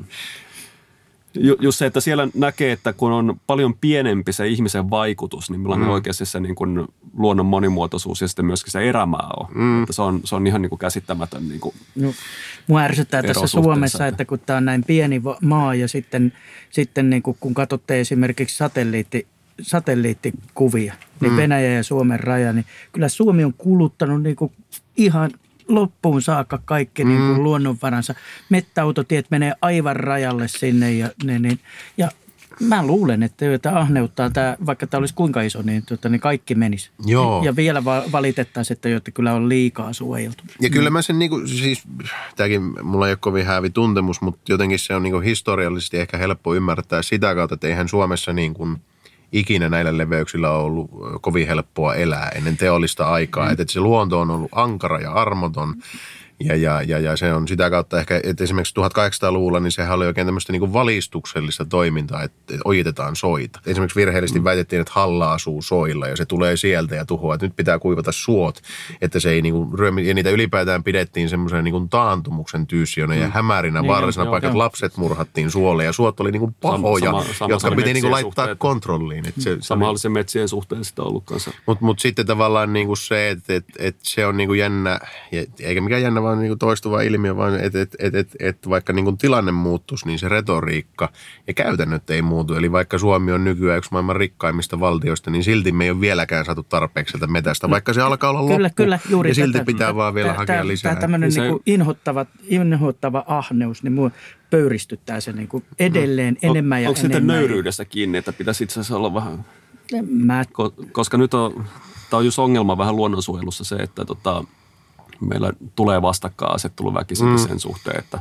just se, että siellä näkee, että kun on paljon pienempi se ihmisen vaikutus, niin millainen mm. oikeasti se niin kuin luonnon monimuotoisuus ja sitten myöskin se erämaa on. Mm. Että se on, se on ihan niin kuin käsittämätön niin kuin no, mua ärsyttää tässä Suomessa, että kun tämä on näin pieni maa ja sitten, sitten niin kuin kun katsotte esimerkiksi satelliitti, satelliittikuvia, niin mm. Venäjä ja Suomen raja, niin kyllä Suomi on kuluttanut niin kuin ihan loppuun saakka kaikki mm. niin kuin luonnonvaransa. Mettäautotiet menee aivan rajalle sinne ja, niin, niin, ja Mä luulen, että joita ahneuttaa tämä, vaikka tämä olisi kuinka iso, niin, tuota, niin kaikki menisi. Joo. Ja vielä va- valitettaisiin, että joita kyllä on liikaa suojeltu. Ja kyllä mä sen niinku, siis tämäkin mulla ei ole kovin häävi tuntemus, mutta jotenkin se on niinku historiallisesti ehkä helppo ymmärtää sitä kautta, että eihän Suomessa niin kuin ikinä näillä leveyksillä on ollut kovin helppoa elää ennen teollista aikaa. Mm. Että se luonto on ollut ankara ja armoton. Ja, ja, ja, ja se on sitä kautta ehkä, että esimerkiksi tuhatkahdeksansataaluvulla, niin sehän oli oikein tämmöistä niin kuin valistuksellista toimintaa, että ojitetaan soita. Esimerkiksi virheellisesti mm. väitettiin, että halla asuu soilla ja se tulee sieltä ja tuhoaa, että nyt pitää kuivata suot, että se ei niin kuin ryömi, ja niitä ylipäätään pidettiin semmoisen niin kuin taantumuksen tyyssiönä mm. ja hämärinä niin, vaarallisena paikka, että lapset murhattiin suolle ja suot oli niin kuin pahoja, sama, sama, jotka piti niin kuin laittaa suhteet. kontrolliin. Että se, sama oli se metsien suhteen sitä ollut kanssa. Mutta mut sitten tavallaan niin kuin se, että et, et se on niin kuin jännä, eikä mikään jännä, vaan niin kuin toistuva ilmiö, vaan että et, et, et, et vaikka niin kuin tilanne muuttuisi, niin se retoriikka ja käytännöt ei muutu. Eli vaikka Suomi on nykyään yksi maailman rikkaimmista valtioista, niin silti me ei ole vieläkään saatu tarpeeksi sieltä metästä, vaikka se alkaa olla kyllä, loppu. Kyllä, juuri ja silti tätä, pitää tätä, vaan vielä tätä, hakea tätä, lisää. Tämä tämmöinen se, niin kuin inhottava, inhottava ahneus, niin mua pöyristyttää se niin kuin edelleen mm. enemmän on, ja onko enemmän. Onko sitten nöyryydestä kiinni, että pitäisi itse asiassa olla vähän, Mä... koska nyt on, tämä on just ongelma vähän luonnonsuojelussa se, että tota, meillä tulee vastakkainasettelu väkisinkin mm. sen suhteen, että,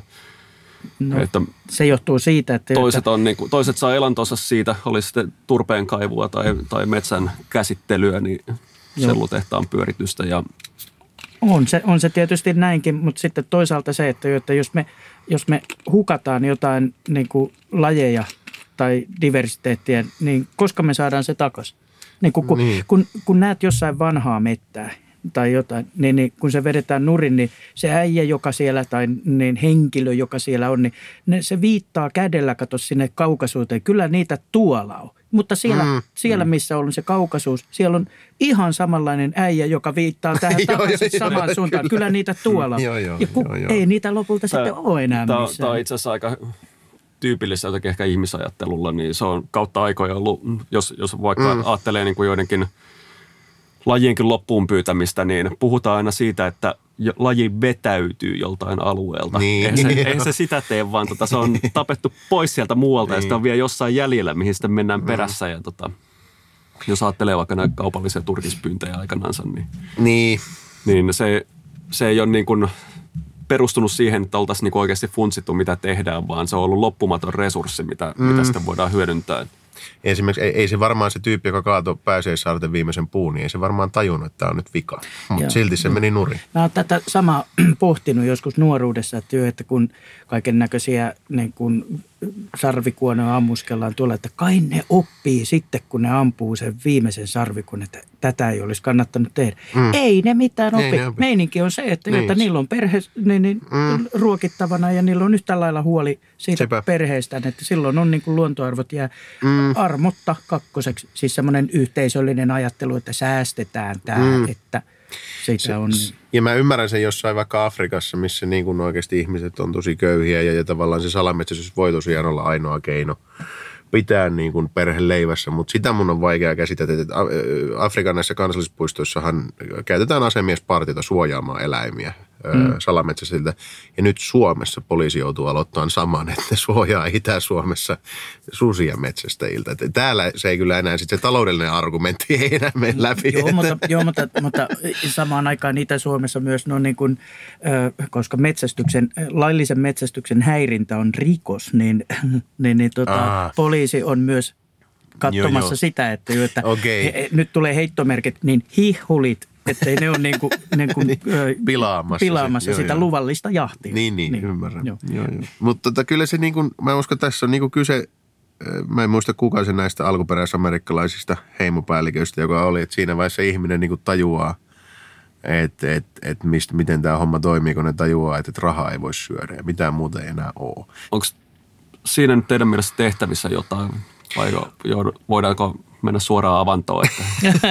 no, että se johtuu siitä, että toiset, on, niin kuin, toiset saa elantonsa siitä, oli sitten turpeen kaivua tai, tai metsän käsittelyä, niin sellutehtaan pyöritystä. Ja on, se, on se tietysti näinkin, mutta sitten toisaalta se, että jos me, jos me hukataan jotain niin kuin lajeja tai diversiteettiä, niin koska me saadaan se takaisin? Niin kun, niin. Kun, kun näet jossain vanhaa mettää tai jotain, niin, niin kun se vedetään nurin, niin se äijä, joka siellä tai niin henkilö, joka siellä on, niin ne, se viittaa kädellä, kato sinne kaukaisuuteen. Kyllä niitä tuolla on. Mutta siellä, mm. siellä missä on se kaukaisuus, siellä on ihan samanlainen äijä, joka viittaa tähän takaisin samaan jo, suuntaan. Kyllä. kyllä niitä tuolla on. jo, jo, ja kun, jo, jo. ei niitä lopulta tämä, sitten ole enää tämä, missään. Tämä on itse asiassa aika tyypillistä jotenkin ehkä ihmisajattelulla, niin se on kautta aikoja ollut, jos, jos vaikka mm. ajattelee niin kuin joidenkin lajienkin loppuun pyytämistä, niin puhutaan aina siitä, että laji vetäytyy joltain alueelta. Niin. Eihän, se, eihän se sitä tee, vaan tota, se on tapettu pois sieltä muualta niin. Ja sitä on vielä jossain jäljellä, mihin sitten mennään mm. perässä. Ja tota, jos ajattelee vaikka näitä kaupallisia turkispyyntejä aikanaansa, niin, niin. niin se, se ei ole niin kuin perustunut siihen, että oltaisiin niin kuin oikeasti funtsittu, mitä tehdään, vaan se on ollut loppumaton resurssi, mitä, mm. mitä sitten voidaan hyödyntää. Esimerkiksi ei, ei se varmaan se tyyppi, joka kaatoi pääsiäissaarten viimeisen puun, niin ei se varmaan tajunnut, että tämä on nyt vika. Mutta silti se meni nurin. Mä oon tätä samaa pohtinut joskus nuoruudessa, että, jo, että kun kaiken näköisiä niin kun sarvikuonoja ammuskellaan tuolla, että kai ne oppii sitten, kun ne ampuu sen viimeisen sarvikuon, että tätä ei olisi kannattanut tehdä. Mm. Ei ne mitään opi. Ne opi. Meininki on se, että, niin. että niillä on perhe niin, niin, mm. ruokittavana ja niillä on yhtä lailla huoli siitä Sepä. perheestään, että silloin on niin kuin luontoarvot jää mm. armotta kakkoseksi. Siis semmoinen yhteisöllinen ajattelu, että säästetään tämä, mm. että siitä on. Niin. Ja mä ymmärrän sen jossain vaikka Afrikassa, missä niin kuin oikeasti ihmiset on tosi köyhiä ja, ja tavallaan se salametsästys voi tosiaan olla ainoa keino pitää niin kuin perhe leivässä, mutta sitä mun on vaikea käsitellä, että Afrikan näissä kansallispuistoissahan käytetään asemiespartiota suojaamaan eläimiä mm. salametsäsiltä. Ja nyt Suomessa poliisi joutuu aloittamaan saman, että ne suojaa Itä-Suomessa susia metsästäjiltä. Että täällä se ei kyllä enää, sit se taloudellinen argumentti ei enää mene läpi. Joo, mutta, joo, mutta, mutta samaan aikaan Itä-Suomessa myös, no niin kuin, koska metsästyksen, laillisen metsästyksen häirintä on rikos, niin, niin, niin tota, poliisi on myös katsomassa joo, joo. sitä, että, jo, että okay. he, nyt tulee heittomerkit, niin hihulit, ettei ne ole niin kuin, niin kuin, pilaamassa, pilaamassa se, sitä joo, luvallista jahtia. Niin, niin, niin ymmärrän. Joo. Joo, joo. Mutta tota, kyllä se niin kuin, mä uskon, että tässä on niin kuin kyse, mä en muista kuka se näistä alkuperäisamerikkalaisista heimopäälliköistä, joka oli, että siinä vaiheessa ihminen niin kuin tajuaa, että et, et mistä, miten tämä homma toimii, kun ne tajuaa, että et rahaa ei voi syödä ja mitään muuta ei enää ole. Onko siinä nyt teidän mielestä tehtävissä jotain vai voidaanko mennä suoraan avantoon? Että?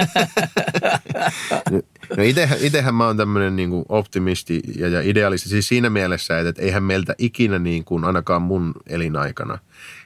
No itehän, itehän mä oon tämmöinen niin kuin optimisti ja, ja idealisti siis siinä mielessä, että, että eihän meiltä ikinä niin kuin ainakaan mun elinaikana,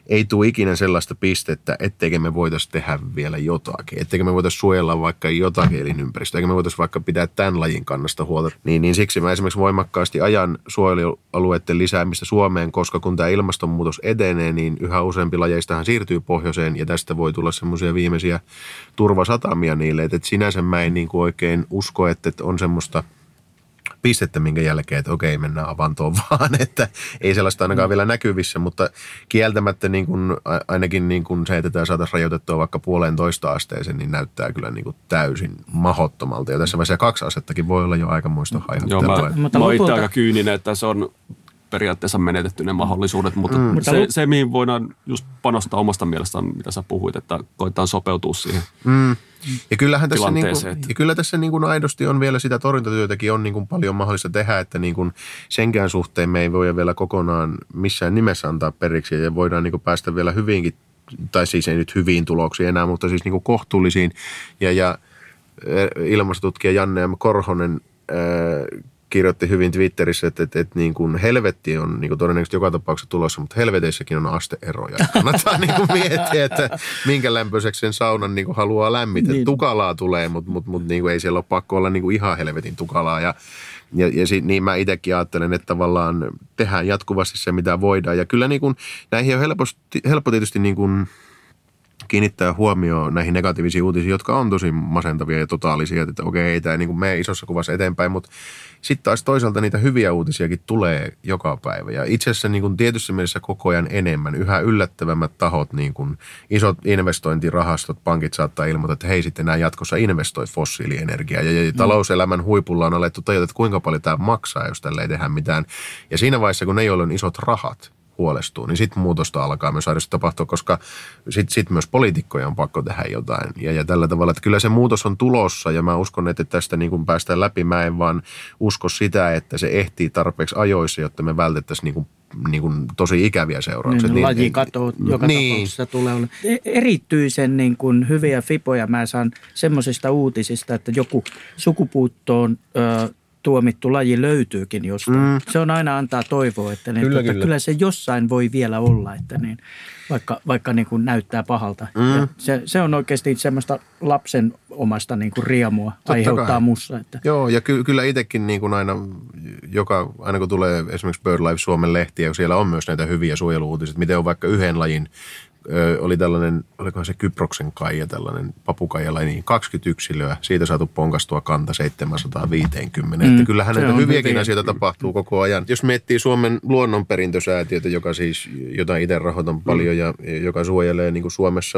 ei tule ikinä sellaista pistettä, etteikö me voitaisiin tehdä vielä jotakin. Etteikö me voitaisiin suojella vaikka jotakin elinympäristöä, eikä me voitaisiin vaikka pitää tämän lajin kannasta huolta. Niin, niin siksi mä esimerkiksi voimakkaasti ajan suojelualueiden lisäämistä Suomeen, koska kun tämä ilmastonmuutos etenee, niin yhä useampi lajeistahan siirtyy pohjoiseen ja tästä voi tulla semmoisia viimeisiä turvasatamia niille. Että et sinänsä mä en niin kuin oikein usko, että et on semmoista pistettä, minkä jälkeen, että okei, mennään avantoon vaan, että ei sellaista ainakaan vielä näkyvissä, mutta kieltämättä niin kuin, ainakin niin kuin se, että tämä saataisiin rajoitettua vaikka puolentoista asteeseen, niin näyttää kyllä niin kuin täysin mahottomalta. Ja tässä vaiheessa kaksi asettakin voi olla jo aikamoista haihattelua. Joo, mä, mä oon itse aika kyyninen, että se on periaatteessa menetetty ne mahdollisuudet, mutta mm. se, se, mihin voidaan just panostaa omasta mielestään, mitä sä puhuit, että koitetaan sopeutua siihen mm. ja kyllähän tässä, niin kuin, ja kyllä tässä niin kuin aidosti on vielä sitä torjuntatyötäkin on niin kuin paljon mahdollista tehdä, että niin kuin senkään suhteen me ei voi vielä kokonaan missään nimessä antaa periksi ja voidaan niin kuin päästä vielä hyvinkin, tai siis ei nyt hyviin tuloksiin enää, mutta siis niin kuin kohtuullisiin. Ja, ja ilmastotutkija Janne M. Korhonen ää, kirjoitti hyvin Twitterissä, että, että, että niin kuin helvetti on niin kuin todennäköisesti joka tapauksessa tulossa, mutta helveteissäkin on asteeroja. Kannattaa niin kuin miettiä, että minkä lämpöiseksi sen saunan niin kuin haluaa lämmitä. Niin. Tukalaa tulee, mutta, mutta, mutta niin kuin ei siellä ole pakko olla niin kuin ihan helvetin tukalaa. Ja, ja, ja sit, niin mä itsekin ajattelen, että tavallaan tehdään jatkuvasti se, mitä voidaan. Ja kyllä niin kuin, näihin on helposti, helppo tietysti niin kuin kiinnittää huomioon näihin negatiivisiin uutisiin, jotka on tosi masentavia ja totaalisia, että okei, ei tämä niin kuin mene isossa kuvassa eteenpäin, mutta sitten taas toisaalta niitä hyviä uutisiakin tulee joka päivä. Ja itse asiassa niin kuin tietyssä mielessä koko ajan enemmän, yhä yllättävämmät tahot, niin kuin isot investointirahastot, pankit saattaa ilmoittaa, että hei, sitten nämä jatkossa investoi fossiilienergiaa. Ja, ja talouselämän huipulla on alettu tajua, että kuinka paljon tämä maksaa, jos tällä ei tehdä mitään. Ja siinä vaiheessa, kun ne, joilla on isot rahat, huolestuu, niin sitten muutosta alkaa myös aidosti tapahtua, koska sitten sit myös poliitikkoja on pakko tehdä jotain. Ja, ja tällä tavalla, että kyllä se muutos on tulossa ja mä uskon, että tästä niin kuin päästään läpi. Mä en vaan usko sitä, että se ehtii tarpeeksi ajoissa, jotta me vältettäisiin niin kuin, niin kuin tosi ikäviä seurauksia. Niin, lajikato joka niin. tapauksessa tulee olla. Erityisen niin kuin hyviä fipoja mä saan semmoisista uutisista, että joku sukupuuttoon ö, tuomittu laji löytyykin jostain. Mm. Se on aina antaa toivoa, että niin, kyllä, tuota, kyllä se jossain voi vielä olla, että niin, vaikka, vaikka niin kuin näyttää pahalta. Mm. Ja se, se on oikeasti semmoista lapsen omasta niin kuin riemua totta aiheuttaa kai mussa. Että. Joo, ja ky- kyllä itsekin niin kuin aina, joka, aina kun tulee esimerkiksi BirdLife Suomen lehtiä, kun siellä on myös näitä hyviä suojeluuutisia, miten on vaikka yhden lajin, Ö, oli tällainen, olikohan se Kyproksen kaija, tällainen papukaijalainen, niin kaksikymmentä yksilöä, siitä saatu ponkastua kanta seitsemänsataaviisikymmentä. Mm, että kyllähän näitä hyviäkin hyviä asioita tapahtuu koko ajan. Jos miettii Suomen luonnonperintösäätiötä, joka siis, jota itse rahoitan paljon ja joka suojelee niin kuin Suomessa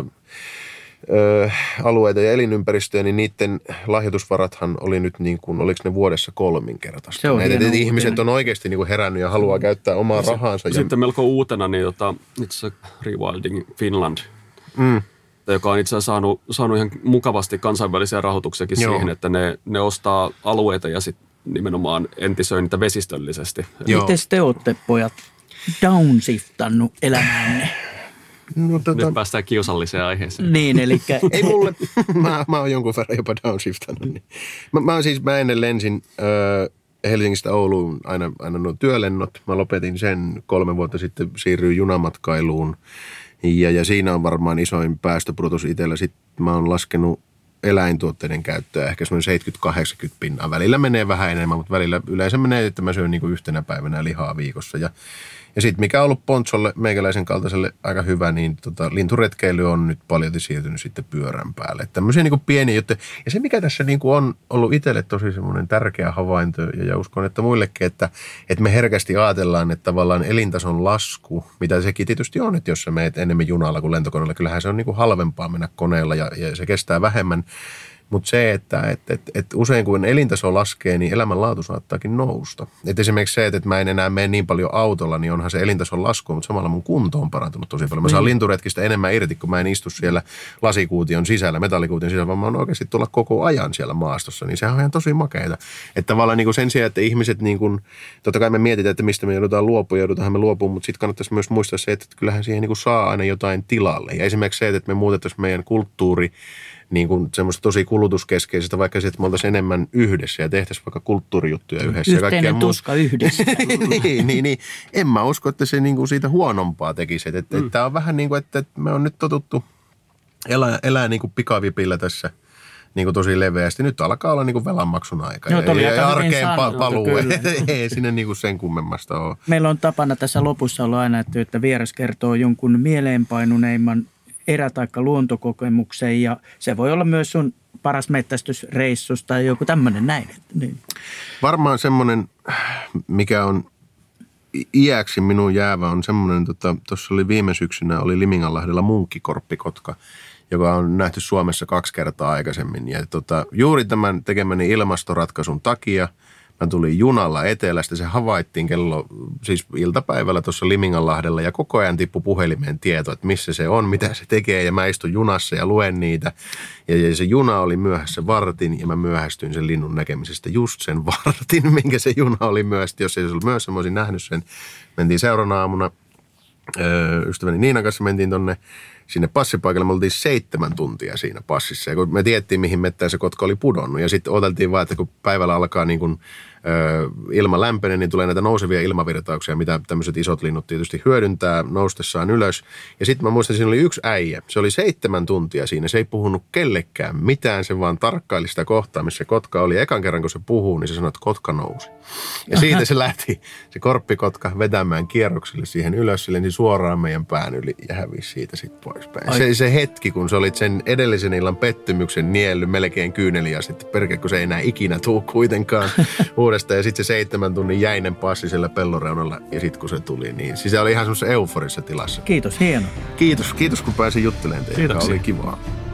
Ö, alueita ja elinympäristöjä, niin niiden lahjoitusvarathan oli nyt niin kuin, oliko ne vuodessa kolminkertaista. Näitä ihmiset on oikeasti niin kuin herännyt ja haluaa käyttää omaa se, rahansa. Sitten ja melko uutena niin tota, itse Rewilding Finland, mm. joka on itse asiassa saanut, saanut ihan mukavasti kansainvälisiä rahoituksiakin Joo. siihen, että ne, ne ostaa alueita ja sitten nimenomaan entisöi niitä vesistöllisesti. Miten te olette, pojat, downshiftannut elämänne? No, tota... Nyt päästään kiusalliseen aiheeseen. Niin, eli... Ei mulle, mä, mä oon jonkun verran jopa downshiftannut. Niin. Mä, mä siis, mä ennen lensin äh, Helsingistä Ouluun aina, aina nuo työlennot. Mä lopetin sen kolme vuotta sitten, siirryin junamatkailuun. Ja, ja siinä on varmaan isoin päästöpudotus itsellä. Sitten mä oon laskenut eläintuotteiden käyttöä ehkä semmoinen seitsemänkymmentä kahdeksankymmentä pinnaa. Välillä menee vähän enemmän, mutta välillä yleensä menee, että mä syön niin kuin yhtenä päivänä lihaa viikossa. Ja Ja sitten mikä on ollut Pontsolle, meikäläisen kaltaiselle aika hyvä, niin tota, linturetkeily on nyt paljon siirtynyt sitten pyörän päälle. Että tämmöisiä niin kuin pieniä juttuja. Ja se mikä tässä niin kuin on ollut itselle tosi semmoinen tärkeä havainto, ja, ja uskon, että muillekin, että, että me herkästi ajatellaan, että tavallaan elintason lasku, mitä sekin tietysti on, että jos sä meet enemmän junalla kuin lentokoneella, kyllähän se on niin kuin halvempaa mennä koneella ja, ja se kestää vähemmän. Mutta se, että et, et, et usein kun elintaso laskee, niin elämänlaatu saattaakin nousta. Et esimerkiksi se, että et mä en enää mene niin paljon autolla, niin onhan se elintason lasku, mutta samalla mun kunto on parantunut tosi paljon. Mä saan mm. linturetkistä enemmän irti, kun mä en istu siellä lasikuution sisällä, metallikuution sisällä, vaan mä oon oikeasti tulla koko ajan siellä maastossa. Niin sehän on ihan tosi makeita. Että tavallaan niin kuin sen sijaan, että ihmiset, niin kuin, totta kai me mietitään, että mistä me joudutaan luopua, joudutaan me luopumaan, mutta sitten kannattaisi myös muistaa se, että kyllähän siihen niin kuin saa aina jotain tilalle. Ja esimerkiksi se, että me muutettaisiin meidän kulttuuri niin kuin semmoista tosi kulutuskeskeisestä, vaikka sitten me oltaisiin enemmän yhdessä ja tehtäisiin vaikka kulttuurijuttuja yhdessä. Yhteinen ja tuska yhdessä. niin, niin, niin. En mä usko, että se niin kuin siitä huonompaa tekisi. Että, että, mm. Tämä on vähän niin kuin, että, että me on nyt totuttu elää, elää niin kuin pikavipillä tässä niin kuin tosi leveästi. Nyt alkaa olla niin kuin velanmaksun aika. No, ja, ja arkeen sanottu, paluu. Ei sinne niin kuin sen kummemmasta ole. Meillä on tapana tässä lopussa olla aina, että vieras kertoo jonkun mieleenpainuneimman erä- tai luontokokemuksen ja se voi olla myös sun paras metsästysreissus tai joku tämmöinen näin. Niin. Varmaan semmoinen, mikä on iäksi minun jäävä, on semmoinen, tuossa tota, oli viime syksynä, oli Liminganlahdella munkkikorppikotka, joka on nähty Suomessa kaksi kertaa aikaisemmin. Ja tota, juuri tämän tekemäni ilmastoratkaisun takia mä tulin junalla etelästä. Se havaittiin kello, siis iltapäivällä tuossa Liminganlahdella ja koko ajan tippui puhelimeen tieto, että missä se on, mitä se tekee. Ja mä istun junassa ja luen niitä. Ja se juna oli myöhässä vartin ja mä myöhästyin sen linnun näkemisestä just sen vartin, minkä se juna oli myöhässä. Jos ei se ollut myöhässä, mä olisin nähnyt sen. Mentiin seuraavana aamuna, ystäväni Niinan kanssa mentiin tonne sinne passipaikalle. Me oltiin seitsemän tuntia siinä passissa. Ja kun me tiedettiin, mihin mettään se kotka oli pudonnut. Ja sitten oteltiin vaan, että kun päivällä alkaa niin kuin, ö, ilma lämpenee, niin tulee näitä nousevia ilmavirtauksia, mitä tämmöiset isot linnut tietysti hyödyntää noustessaan ylös. Ja sitten mä muistan, että siinä oli yksi äijä. Se oli seitsemän tuntia siinä. Se ei puhunut kellekään mitään. Se vaan tarkkaili sitä kohtaa, missä se kotka oli. Ja ekan kerran, kun se puhuu, niin se sanoi, että kotka nousi. Ja siitä se lähti, se korppikotka, vetämään kierroksille siihen ylös. Se lensi suoraan meidän pään yli ja hävisi siitä sitten poispäin. Se, se hetki, kun sä olit sen edellisen illan pettymyksen niellyt melkein kyyneliä sitten perkele, kun se ei enää ikinä tuu kuitenkaan uudestaan. Ja sitten se seitsemän tunnin jäinen passi siellä pelloreunalla ja sitten kun se tuli, niin siis se oli ihan semmoisessa euforisessa tilassa. Kiitos, hienoa. Kiitos, kiitos kun pääsin juttelemaan teille. Kiitoksia. Oli kivaa.